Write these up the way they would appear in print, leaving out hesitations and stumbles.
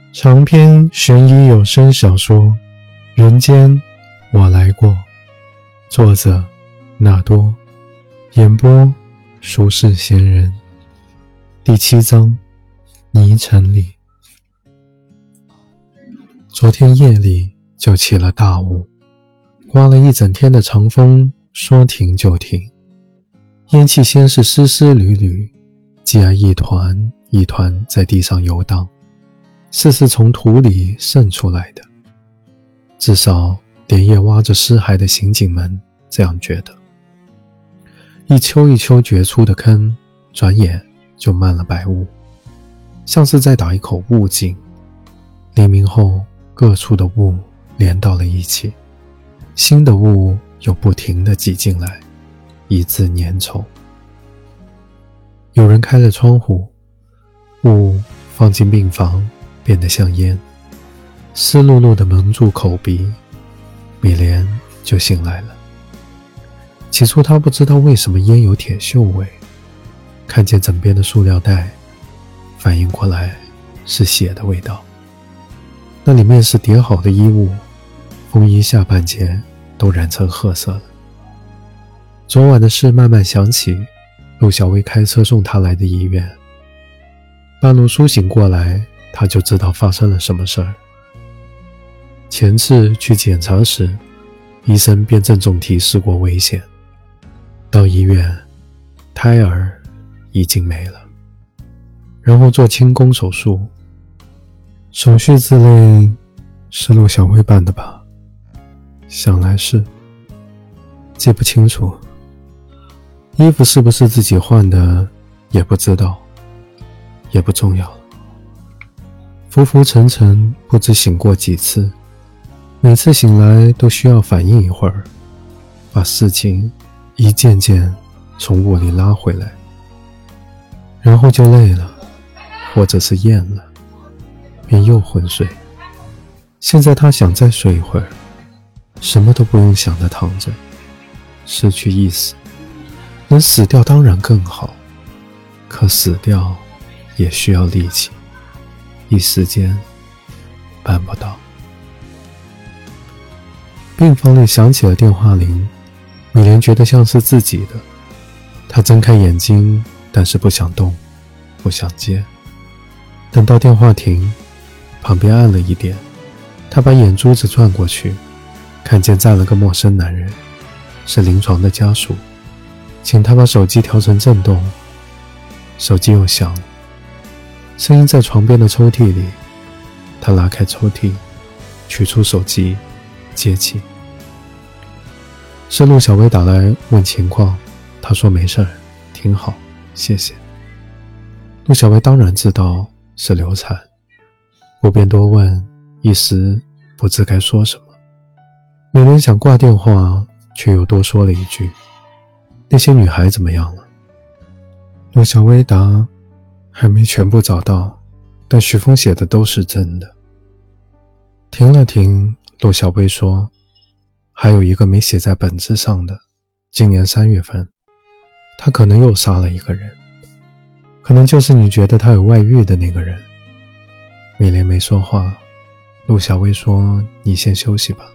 长篇悬疑有声小说《人间我来过》，作者纳多，演播俗世闲人。第7章，泥城里。昨天夜里就起了大雾，刮了一整天的长风，说停就停。烟气先是丝丝缕缕，继而一团一团在地上游荡，是从土里渗出来的。至少连夜挖着尸骸的刑警们这样觉得。一丘一丘掘出的坑，转眼就漫了白雾，像是在打一口雾井。黎明后，各处的雾连到了一起，新的雾又不停地挤进来，以致粘稠。有人开了窗户，雾放进病房，变得像烟，湿漉漉地蒙住口鼻，米莲就醒来了。起初他不知道为什么烟有铁锈味，看见枕边的塑料袋，反应过来是血的味道。那里面是叠好的衣物，风衣下半截都染成褐色了。昨晚的事慢慢想起，陆小薇开车送他来的医院。半路苏醒过来，他就知道发生了什么事儿。前次去检查时，医生便郑重提示过危险。到医院，胎儿已经没了，然后做清宫手术。手续之类是陆小薇办的吧？想来是，记不清楚。衣服是不是自己换的也不知道，也不重要了。浮浮沉沉，不知醒过几次，每次醒来都需要反应一会儿，把事情一件件从雾里拉回来，然后就累了，或者是厌了，便又昏睡。现在他想再睡一会儿，什么都不用想的躺着，失去意识。能死掉当然更好，可死掉也需要力气，一时间办不到。病房里响起了电话铃，米莲觉得像是自己的。她睁开眼睛，但是不想动，不想接。等到电话停，旁边暗了一点，她把眼珠子转过去，看见站了个陌生男人，是临床的家属，请她把手机调成震动。手机又响了，声音在床边的抽屉里。她拉开抽屉，取出手机，接起。是陆小薇打来问情况，她说没事儿，挺好，谢谢。陆小薇当然知道是流产，不便多问，一时不知该说什么。米莲想挂电话，却又多说了一句：那些女孩怎么样了？陆小薇答：还没全部找到，但许峰写的都是真的。停了停，陆小薇说：还有一个没写在本子上的，今年3月份，他可能又杀了一个人，可能就是你觉得他有外遇的那个人。米莲没说话，陆小薇说：你先休息吧。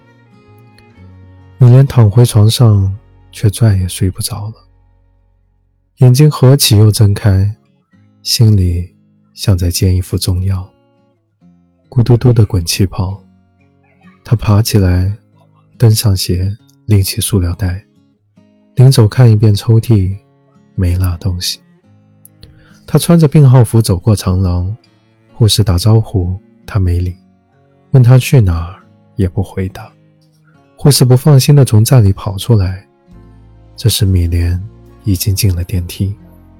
米莲躺回床上，却再也睡不着了。眼睛合起又睁开，心里像在煎一副中药，咕嘟嘟的滚气泡。他爬起来，登上鞋，拎起塑料袋，临走看一遍抽屉，没落东西。他穿着病号服走过长廊，护士打招呼，他没理，问他去哪儿，也不回答。护士不放心地从站里跑出来，这时米莲已经进了电梯。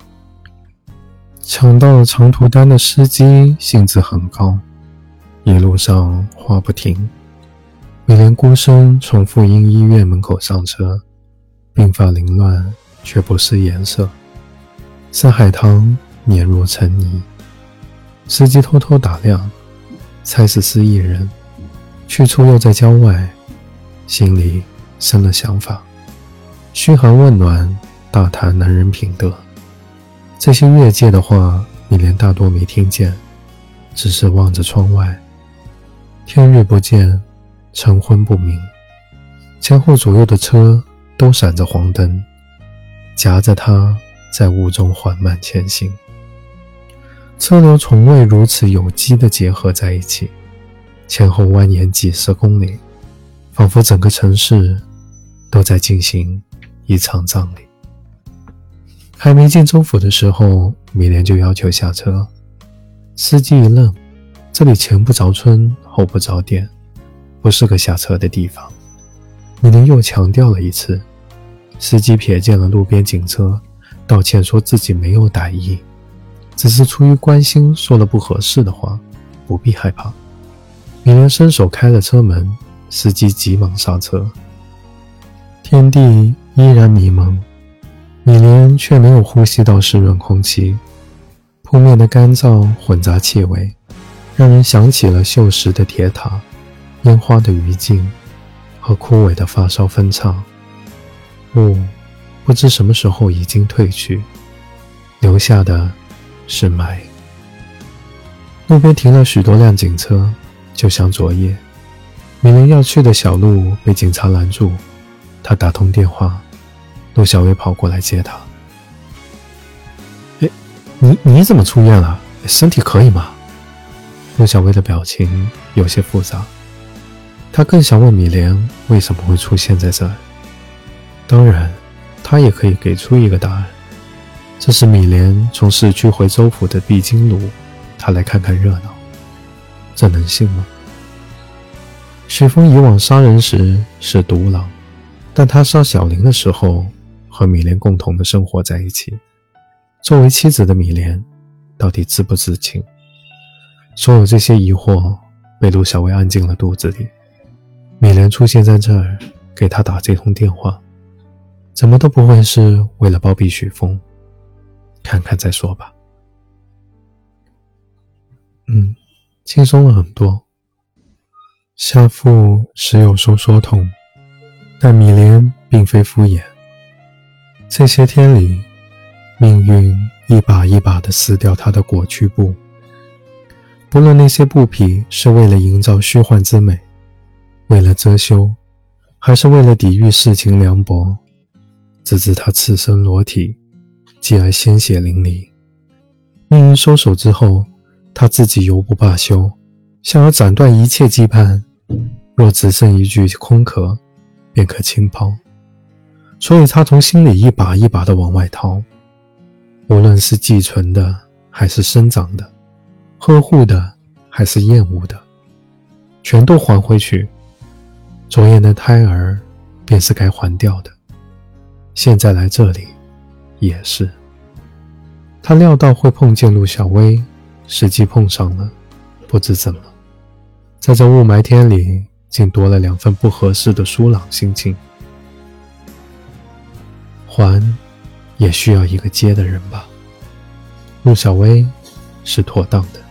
抢到了长途单的司机兴致很高，一路上话不停。米莲孤身从妇婴医院门口上车，鬓发凌乱，却不失颜色，是海棠碾入尘泥。司机偷偷打量，猜是失忆人，去处又在郊外，心里生了想法，嘘寒问暖，大谈男人品德。这些越界的话，米莲大多没听见， 只是望着窗外，天日不见，晨昏不明，前后左右的车都闪着黄灯，夹着它在雾中缓慢前行。车流从未如此有机地结合在一起，前后蜿蜒几十公里，仿佛整个城市都在进行一场葬礼。还没进州府的时候，米莲就要求下车。司机一愣，这里前不着村后不着店，不是个下车的地方。米莲又强调了一次。司机瞥见了路边警车，道歉说自己没有歹意，只是出于关心说了不合适的话，不必害怕。米莲伸手开了车门，司机急忙刹车。天地依然迷蒙，米莲却没有呼吸到湿润空气，扑面的干燥混杂气味，让人想起了锈蚀的铁塔、烟花的余烬和枯萎的发梢分叉。雾不知什么时候已经褪去，留下的是霾。路边停了许多辆警车，就像昨夜。米莲要去的小路被警察拦住，他打通电话，陆小薇跑过来接他。你怎么出院了？身体可以吗？陆小薇的表情有些复杂，他更想问米莲为什么会出现在这儿。当然他也可以给出一个答案，这是米莲从市区回州府的必经路，他来看看热闹，这能信吗？许峰以往杀人时是独狼，但他杀小玲的时候和米莲共同的生活在一起。作为妻子的米莲到底知不知情？所有这些疑惑被陆小薇按进了肚子里。米莲出现在这儿给他打这通电话，怎么都不会是为了包庇许峰，看看再说吧。轻松了很多。下腹时有收缩痛，但米莲并非敷衍。这些天里，命运一把一把地撕掉她的裹躯布，不论那些布匹是为了营造虚幻之美，为了遮羞，还是为了抵御世情凉薄，直至她赤身裸体，继而鲜血淋漓。命运收手之后，她自己犹不罢休，想要斩断一切羁绊，若只剩一具空壳，便可轻抛。所以她从心里一把一把地往外掏，无论是寄存的还是生长的，呵护的还是厌恶的，全都还回去。昨夜的胎儿便是该还掉的，现在来这里也是。他料到会碰见陆小薇，实际碰上了，不知怎么在这雾霾天里竟多了2份不合适的舒朗心情。还也需要一个接的人吧，陆小薇是妥当的。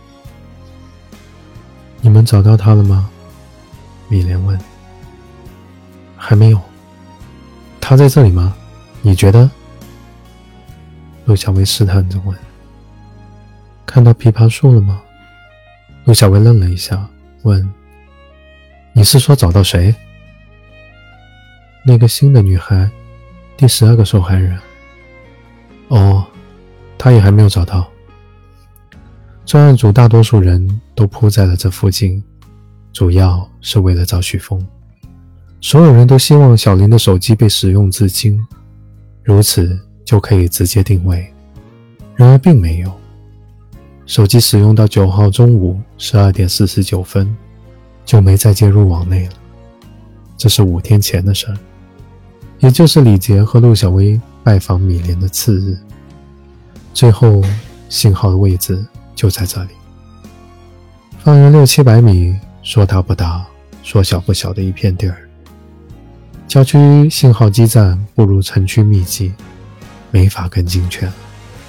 你们找到他了吗？米莲问。还没有。他在这里吗？你觉得？陆小薇试探着问。看到枇杷树了吗？陆小薇愣了一下，问：你是说找到谁？那个新的女孩，第12个受害人。哦，她也还没有找到。专案组大多数人都扑在了这附近，主要是为了找许峰。所有人都希望小林的手机被使用至今，如此就可以直接定位。然而并没有，手机使用到9号中午12点49分，就没再接入网内了。这是5天前的事儿，也就是李杰和陆小薇拜访米莲的次日。最后信号的位置就在这里，方圆600-700米，说大不大，说小不小的一片地儿。郊区信号基站不如城区密集，没法更精确了。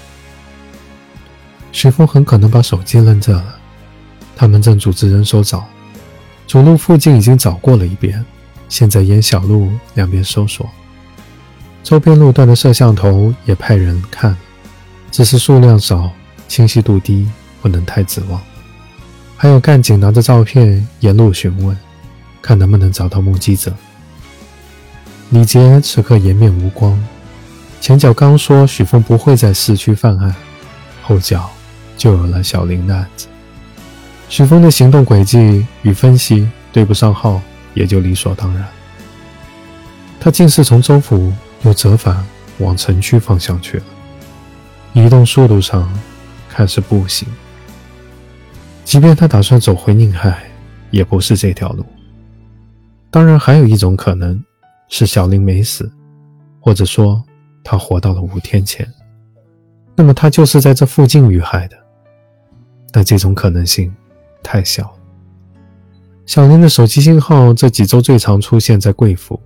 许峰很可能把手机扔这了，他们正组织人手找，主路附近已经找过了一遍，现在沿小路两边搜索，周边路段的摄像头也派人看了，只是数量少，清晰度低，不能太指望。 还有干警拿着照片沿路询问，看能不能找到目击者。李杰此刻颜面无光，前脚刚说许峰不会在市区犯案，后脚就有了小林的案子。许峰的行动轨迹与分析对不上号，也就理所当然。他竟是从州府又折返往城区方向去了，移动速度上看是步行。即便他打算走回宁海，也不是这条路。当然还有一种可能是小林没死，或者说他活到了5天前，那么他就是在这附近遇害的，但这种可能性太小了。小林的手机信号这几周最常出现在贵府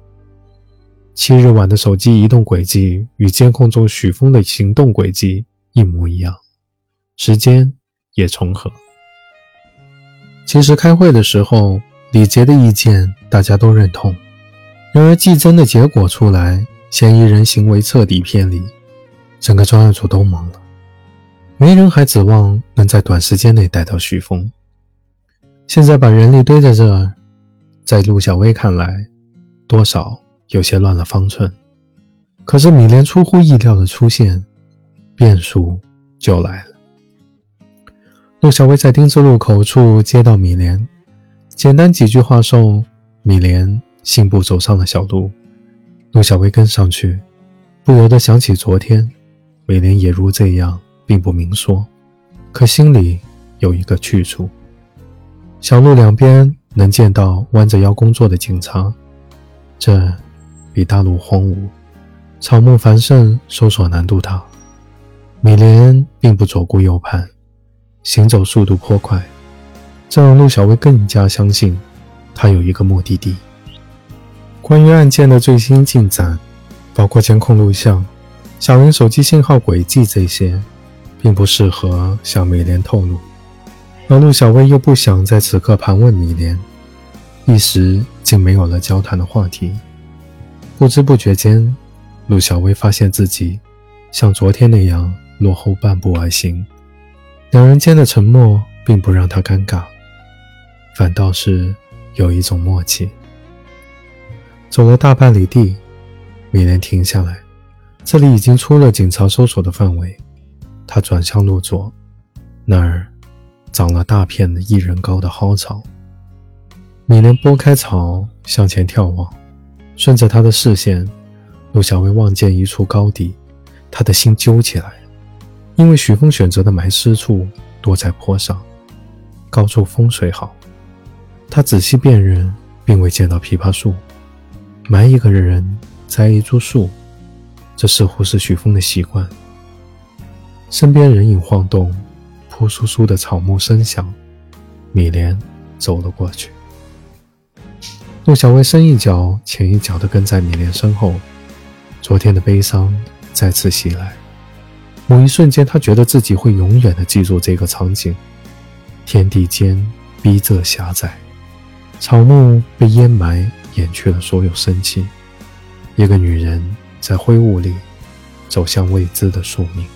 ，7日晚的手机移动轨迹与监控中许峰的行动轨迹一模一样，时间也重合。其实开会的时候，李杰的意见大家都认同，然而技侦的结果出来，嫌疑人行为彻底偏离，整个专案组都懵了，没人还指望能在短时间内逮到许峰。现在把人力堆在这儿，在陆小薇看来，多少有些乱了方寸。可是米莲出乎意料的出现，变数就来了。陆小薇在丁字路口处接到米莲，简单几句话后，米莲信步走上了小路。陆小薇跟上去，不由得想起昨天米莲也如这样，并不明说，可心里有一个去处。小路两边能见到弯着腰工作的警察，这比大路荒芜，草木繁盛，搜索难度大。米莲并不左顾右盼，行走速度颇快，这让陆小薇更加相信他有一个目的地。关于案件的最新进展，包括监控录像、小林手机信号轨迹这些，并不适合向米莲透露。而陆小薇又不想在此刻盘问米莲，一时竟没有了交谈的话题。不知不觉间，陆小薇发现自己像昨天那样落后半步而行，两人间的沉默并不让她尴尬，反倒是有一种默契。走了大半里地，米莲停下来，这里已经出了警察搜索的范围。她转向路左，那儿长了大片的1人高的蒿草。米莲拨开草向前眺望，顺着她的视线，陆小薇望见一处高地，她的心揪起来，因为许峰选择的埋尸处多在坡上，高处风水好。她仔细辨认，并未见到枇杷树，埋一个人栽一株树，这似乎是许峰的习惯。身边人影晃动，扑簌簌的草木声响，米莲走了过去。陆小薇深一脚浅一脚地跟在米莲身后，昨天的悲伤再次袭来。某一瞬间，她觉得自己会永远地记住这个场景。天地间逼仄狭窄，草木被烟霾掩去了所有生气，一个女人在灰雾里走向未知的宿命。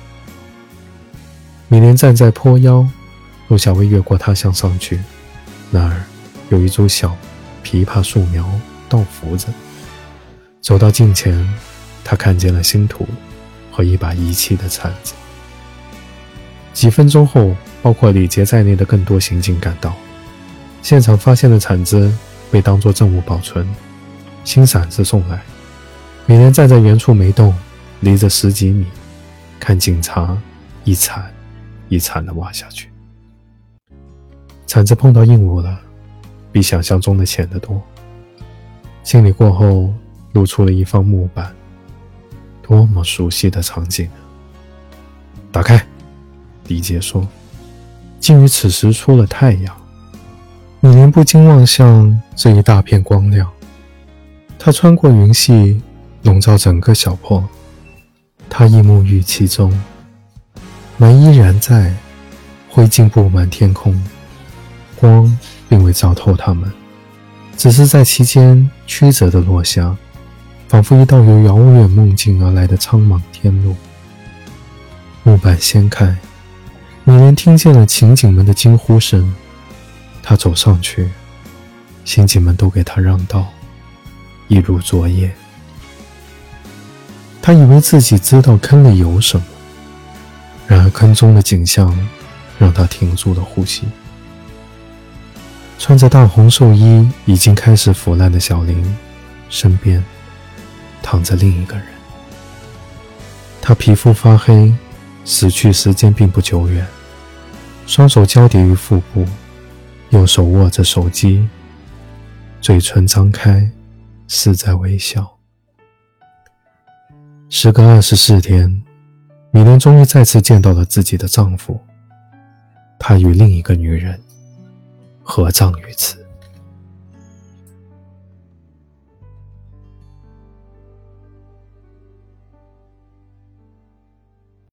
米莲站在坡腰，陆小薇越过她向上去，那儿有一株小枇杷树苗倒伏着。走到近前，她看见了新土和一把遗弃的铲子。几分钟后，包括李杰在内的更多刑警赶到，现场发现的铲子被当作证物保存，新铲子送来。米莲站在原处没动，离着10几米，看警察一铲一铲地挖下去。铲子碰到硬物了，比想象中的浅得多。清理过后，露出了一方木板，多么熟悉的场景啊！打开，李杰说。竟于此时出了太阳，米莲不禁望向这一大片光亮。它穿过云隙，笼罩整个小坡。她一沐浴其中，门依然在，灰烬布满天空，光并未照透它们，只是在其间曲折地落下，仿佛一道由遥远梦境而来的苍茫天路。木板掀开，米莲听见了刑警们的惊呼声， 他走上去，刑警们都给他让道，一如昨夜。他以为自己知道坑里有什么，然而坑中的景象让他停住了呼吸。穿着大红寿衣已经开始腐烂的小林身边躺着另一个人，他皮肤发黑，死去时间并不久远，双手交叠于腹部，右手握着手机，嘴唇张开，似在微笑。时隔24天，米莲终于再次见到了自己的丈夫，她与另一个女人合葬于此。